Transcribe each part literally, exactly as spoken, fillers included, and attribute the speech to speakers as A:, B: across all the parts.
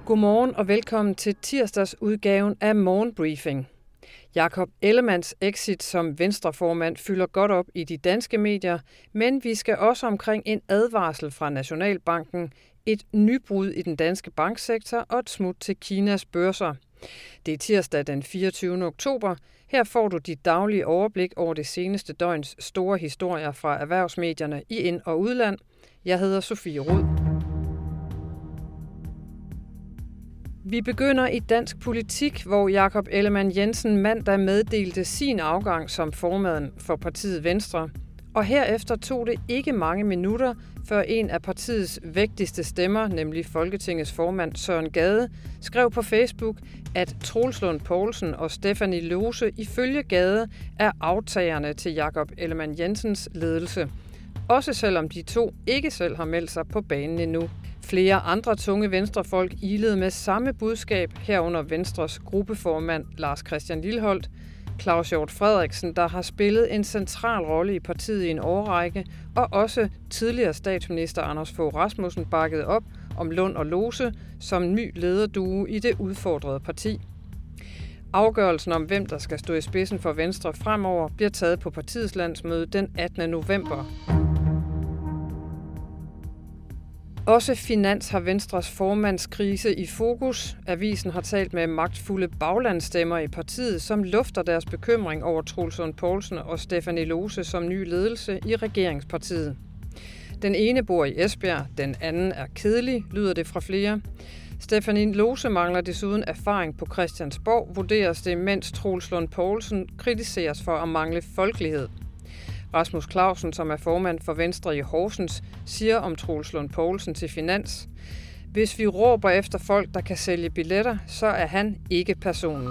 A: Godmorgen og velkommen til tirsdagsudgaven af Morgenbriefing. Jakob Ellemann-Jensens exit som venstreformand fylder godt op i de danske medier, men vi skal også omkring en advarsel fra Nationalbanken, et nybrud i den danske banksektor og et smut til Kinas børser. Det er tirsdag den fireogtyvende oktober. Her får du dit daglige overblik over det seneste døgns store historier fra erhvervsmedierne i ind- og udland. Jeg hedder Sofie Rud. Vi begynder i dansk politik, hvor Jakob Ellemann-Jensen mandag meddelte sin afgang som formand for partiet Venstre. Og herefter tog det ikke mange minutter, før en af partiets vægtigste stemmer, nemlig Folketingets formand Søren Gade, skrev på Facebook, at Troels Lund Poulsen og Stephanie Lose ifølge Gade er aftagerne til Jakob Ellemann-Jensens ledelse. Også selvom de to ikke selv har meldt sig på banen endnu. Flere andre tunge venstrefolk ilede med samme budskab, herunder Venstres gruppeformand Lars Christian Lilleholt, Claus Hjort Frederiksen, der har spillet en central rolle i partiet i en årrække, og også tidligere statsminister Anders Fogh Rasmussen bakkede op om Lund og Lose som ny lederduo i det udfordrede parti. Afgørelsen om, hvem der skal stå i spidsen for Venstre fremover, bliver taget på partiets landsmøde den attende november. Også Finans har Venstres formandskrise i fokus. Avisen har talt med magtfulde baglandsstemmer i partiet, som lufter deres bekymring over Troels Lund Poulsen og Stephanie Lose som ny ledelse i regeringspartiet. Den ene bor i Esbjerg, den anden er kedelig, lyder det fra flere. Stephanie Lose mangler desuden erfaring på Christiansborg, vurderes det, mens Troels Lund Poulsen kritiseres for at mangle folkelighed. Rasmus Clausen, som er formand for Venstre i Horsens, siger om Troels Lund Poulsen til Finans: Hvis vi råber efter folk, der kan sælge billetter, så er han ikke personen.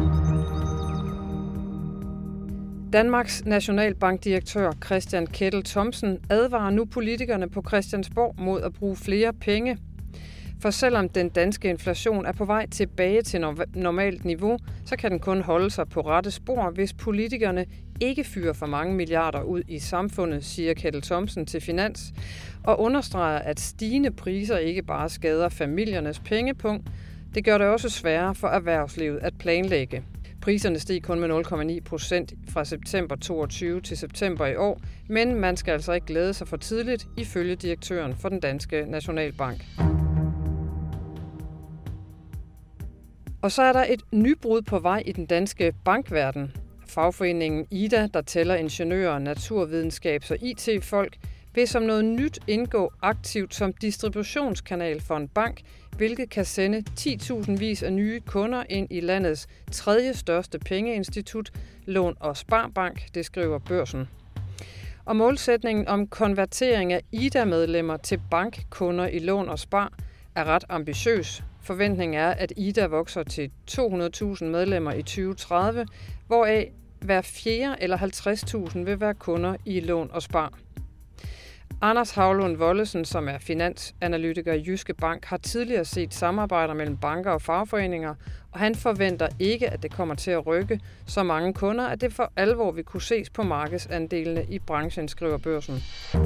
A: Danmarks Nationalbankdirektør Christian Kettel Thomsen advarer nu politikerne på Christiansborg mod at bruge flere penge. For selvom den danske inflation er på vej tilbage til normalt niveau, så kan den kun holde sig på rette spor, hvis politikerne ikke fyrer for mange milliarder ud i samfundet, siger Kettel Thomsen til Finans, og understreger, at stigende priser ikke bare skader familiernes pengepunkt, det gør det også sværere for erhvervslivet at planlægge. Priserne steg kun med nul komma ni procent fra september toogtyve til september i år, men man skal altså ikke glæde sig for tidligt, ifølge direktøren for den danske Nationalbank. Og så er der et nybrud på vej i den danske bankverden. Fagforeningen I D A, der tæller ingeniører, naturvidenskabs- og I T-folk, vil som noget nyt indgå aktivt som distributionskanal for en bank, hvilket kan sende ti tusind vis af nye kunder ind i landets tredje største pengeinstitut, Lån og Sparbank, det skriver Børsen. Og målsætningen om konvertering af I D A-medlemmer til bankkunder i Lån og Spar er ret ambitiøs. Forventningen er, at I D A vokser til to hundrede tusind medlemmer i tyve tredive, hvoraf hver fjerde eller halvtreds tusind vil være kunder i Lån og Spar. Anders Havlund Wollesen, som er finansanalytiker i Jyske Bank, har tidligere set samarbejder mellem banker og fagforeninger, og han forventer ikke, at det kommer til at rykke så mange kunder, at det for alvor vil kunne ses på markedsandelene i branchen, skriver Børsen.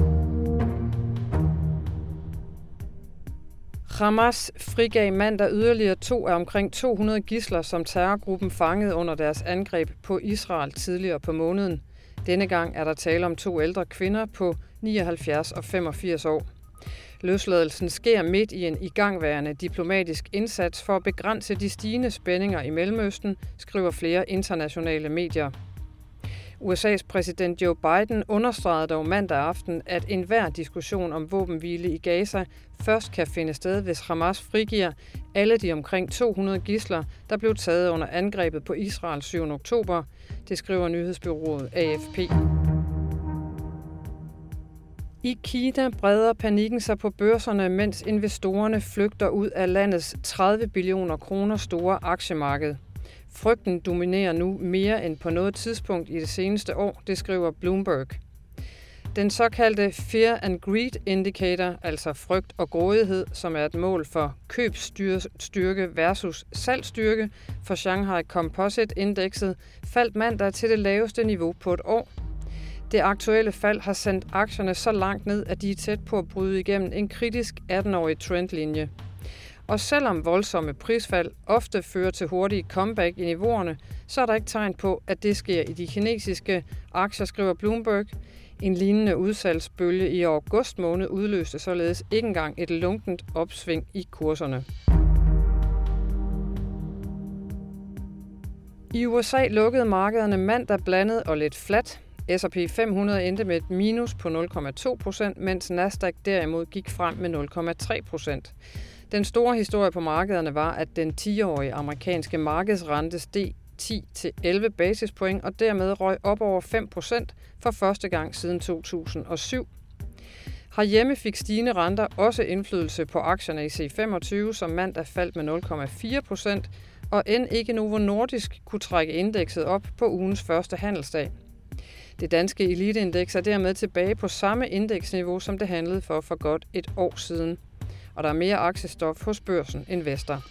A: Hamas frigav mandag yderligere to af omkring to hundrede gidsler, som terrorgruppen fangede under deres angreb på Israel tidligere på måneden. Denne gang er der tale om to ældre kvinder på nioghalvfjerds og femogfirs år. Løsladelsen sker midt i en igangværende diplomatisk indsats for at begrænse de stigende spændinger i Mellemøsten, skriver flere internationale medier. U S A's præsident Joe Biden understregede dog mandag aften, at enhver diskussion om våbenhvile i Gaza først kan finde sted, hvis Hamas frigiver alle de omkring to hundrede gidsler, der blev taget under angrebet på Israel syvende oktober. Det skriver nyhedsbureauet A F P. I Kina breder panikken sig på børserne, mens investorerne flygter ud af landets tredive billioner kroner store aktiemarked. Frygten dominerer nu mere end på noget tidspunkt i det seneste år, det skriver Bloomberg. Den såkaldte Fear and Greed Indicator, altså frygt og grådighed, som er et mål for købsstyrke versus salgsstyrke for Shanghai Composite-indekset, faldt mandag til det laveste niveau på et år. Det aktuelle fald har sendt aktierne så langt ned, at de er tæt på at bryde igennem en kritisk atten-årig trendlinje. Og selvom voldsomme prisfald ofte fører til hurtige comeback i niveauerne, så er der ikke tegn på, at det sker i de kinesiske aktier, skriver Bloomberg. En lignende udsalgsbølge i august måned udløste således ikke engang et lunkent opsving i kurserne. I U S A lukkede markederne mandag blandet og lidt fladt. S og P fem hundrede endte med et minus på nul komma to procent, mens Nasdaq derimod gik frem med nul komma tre procent. Den store historie på markederne var, at den ti-årige amerikanske markedsrente steg ti til elleve basispoint og dermed røg op over fem procent for første gang siden to tusind og syv. Herhjemme fik stigende renter også indflydelse på aktierne i C femogtyve, som mandag faldt med nul komma fire procent, og end ikke Novo Nordisk kunne trække indekset op på ugens første handelsdag. Det danske eliteindeks er dermed tilbage på samme indeksniveau, som det handlede for for godt et år siden. Og der er mere aktiestof hos Børsen Investor.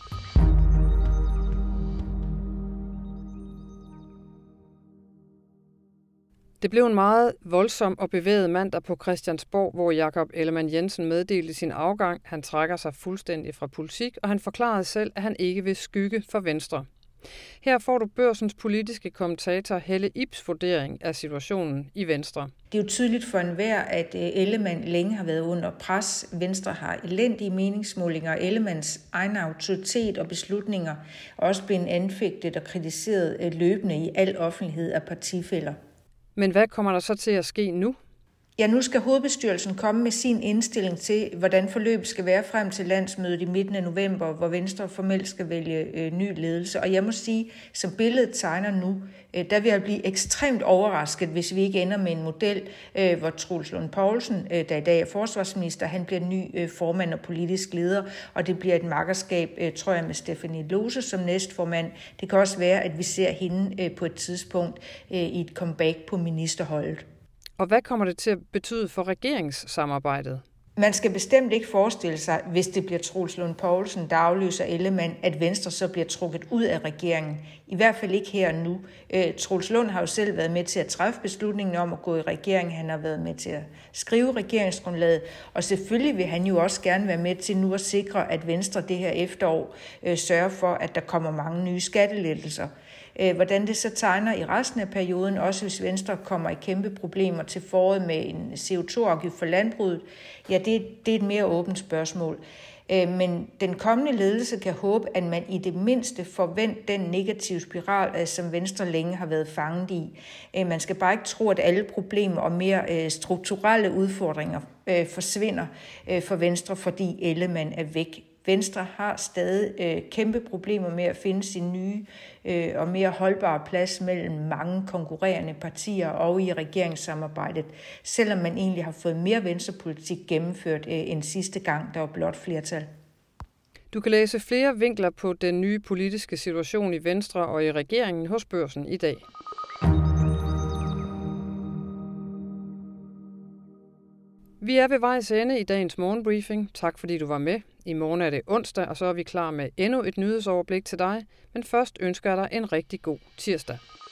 A: Det blev en meget voldsom og bevæget mandag på Christiansborg, hvor Jakob Ellemann-Jensen meddelte sin afgang. Han trækker sig fuldstændig fra politik, og han forklarede selv, at han ikke vil skygge for Venstre. Her får du Børsens politiske kommentator Helle Ibs vurdering af situationen i Venstre.
B: Det er jo tydeligt for enhver, at Ellemann længe har været under pres. Venstre har elendige meningsmålinger, og Ellemanns egen autoritet og beslutninger er også blevet anfægtet og kritiseret løbende i al offentlighed af partifæller.
A: Men hvad kommer der så til at ske nu?
B: Ja, nu skal hovedbestyrelsen komme med sin indstilling til, hvordan forløbet skal være frem til landsmødet i midten af november, hvor Venstre formelt skal vælge øh, ny ledelse. Og jeg må sige, som billedet tegner nu, øh, der vil jeg blive ekstremt overrasket, hvis vi ikke ender med en model, øh, hvor Troels Lund Poulsen, øh, der i dag er forsvarsminister, han bliver ny øh, formand og politisk leder, og det bliver et makkerskab, øh, tror jeg, med Stephanie Lose som næstformand. Det kan også være, at vi ser hende øh, på et tidspunkt øh, i et comeback på ministerholdet.
A: Og hvad kommer det til at betyde for regeringssamarbejdet?
B: Man skal bestemt ikke forestille sig, hvis det bliver Troels Lund Poulsen, der afløser Ellemann, at Venstre så bliver trukket ud af regeringen. I hvert fald ikke her og nu. Øh, Troels Lund har jo selv været med til at træffe beslutningen om at gå i regering. Han har været med til at skrive regeringsgrundlaget, og selvfølgelig vil han jo også gerne være med til nu at sikre, at Venstre det her efterår øh, sørger for, at der kommer mange nye skattelettelser. Hvordan det så tegner i resten af perioden, også hvis Venstre kommer i kæmpe problemer til foråret med en C O to afgift for landbruget, ja, det, det er et mere åbent spørgsmål. Men den kommende ledelse kan håbe, at man i det mindste får vendt den negative spiral, som Venstre længe har været fanget i. Man skal bare ikke tro, at alle problemer og mere strukturelle udfordringer forsvinder for Venstre, fordi Ellemann er væk. Venstre har stadig øh, kæmpe problemer med at finde sin nye øh, og mere holdbare plads mellem mange konkurrerende partier og i regeringssamarbejdet, selvom man egentlig har fået mere venstrepolitik gennemført øh, end sidste gang, der var blot flertal.
A: Du kan læse flere vinkler på den nye politiske situation i Venstre og i regeringen hos Børsen i dag. Vi er ved vejs ende i dagens morgenbriefing. Tak fordi du var med. I morgen er det onsdag, og så er vi klar med endnu et nyhedsoverblik til dig. Men først ønsker jeg dig en rigtig god tirsdag.